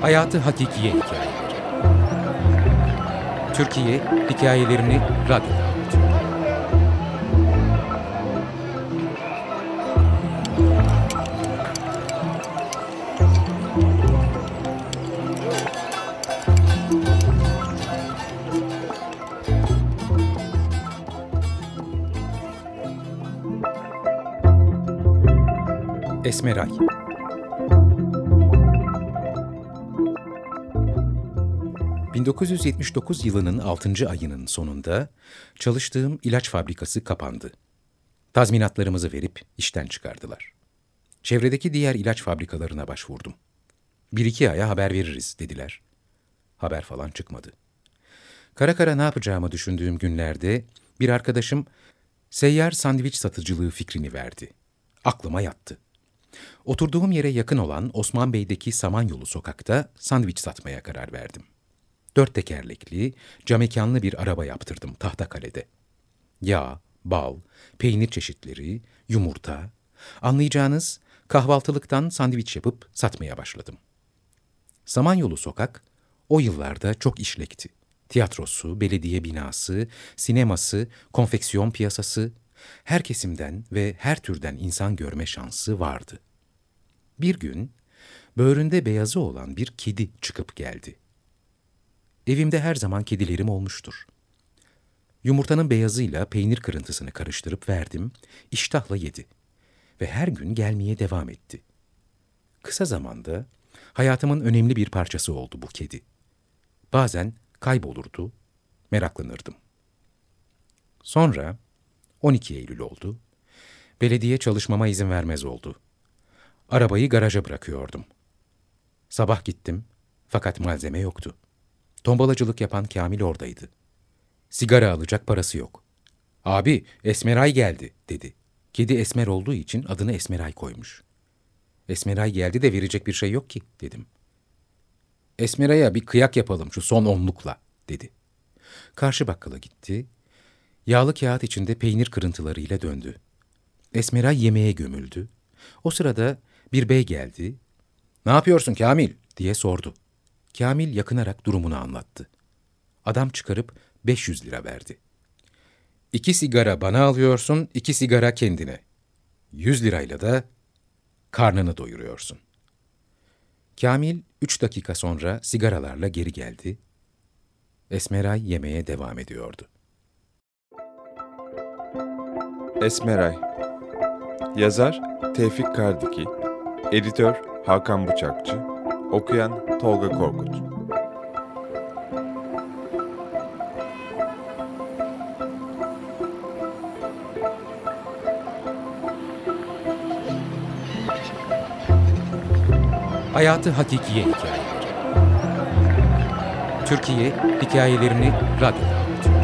Hayatı hakikiye hikayeleri. Türkiye hikayelerini radyoda anlatıyor. Esmeray. ...1979 yılının 6. ayının sonunda çalıştığım ilaç fabrikası kapandı. Tazminatlarımızı verip işten çıkardılar. Çevredeki diğer ilaç fabrikalarına başvurdum. 1-2 aya haber veririz dediler. Haber falan çıkmadı. Kara kara ne yapacağımı düşündüğüm günlerde bir arkadaşım seyyar sandviç satıcılığı fikrini verdi. Aklıma yattı. Oturduğum yere yakın olan Osman Bey'deki Samanyolu sokakta sandviç satmaya karar verdim. 4 tekerlekli, camekanlı bir araba yaptırdım Tahtakale'de. Yağ, bal, peynir çeşitleri, yumurta, anlayacağınız kahvaltılıktan sandviç yapıp satmaya başladım. Samanyolu sokak o yıllarda çok işlekti. Tiyatrosu, belediye binası, sineması, konfeksiyon piyasası, her kesimden ve her türden insan görme şansı vardı. Bir gün böğründe beyazı olan bir kedi çıkıp geldi. Evimde her zaman kedilerim olmuştur. Yumurtanın beyazıyla peynir kırıntısını karıştırıp verdim, iştahla yedi ve her gün gelmeye devam etti. Kısa zamanda hayatımın önemli bir parçası oldu bu kedi. Bazen kaybolurdu, meraklanırdım. Sonra 12 Eylül oldu. Belediye çalışmama izin vermez oldu. Arabayı garaja bırakıyordum. Sabah gittim fakat malzeme yoktu. Tombalacılık yapan Kamil oradaydı. Sigara alacak parası yok. "Abi, Esmeray geldi," dedi. Kedi esmer olduğu için adını Esmeray koymuş. "Esmeray geldi de verecek bir şey yok ki," dedim. "Esmeray'a bir kıyak yapalım şu son 10'lukla," dedi. Karşı bakkala gitti. Yağlı kağıt içinde peynir kırıntılarıyla döndü. Esmeray yemeğe gömüldü. O sırada bir bey geldi. "Ne yapıyorsun Kamil?" diye sordu. Kamil yakınarak durumunu anlattı. Adam çıkarıp 500 lira verdi. "2 sigara bana alıyorsun, 2 sigara kendine. 100 lirayla da karnını doyuruyorsun." Kamil 3 dakika sonra sigaralarla geri geldi. Esmeray yemeye devam ediyordu. Esmeray. Yazar Tevfik Kardiki, editör Hakan Bıçakçı, okuyan Tolga Korkut. Hayatı hakikiye hikayeleri. Türkiye hikayelerini radyoda anlatıyor.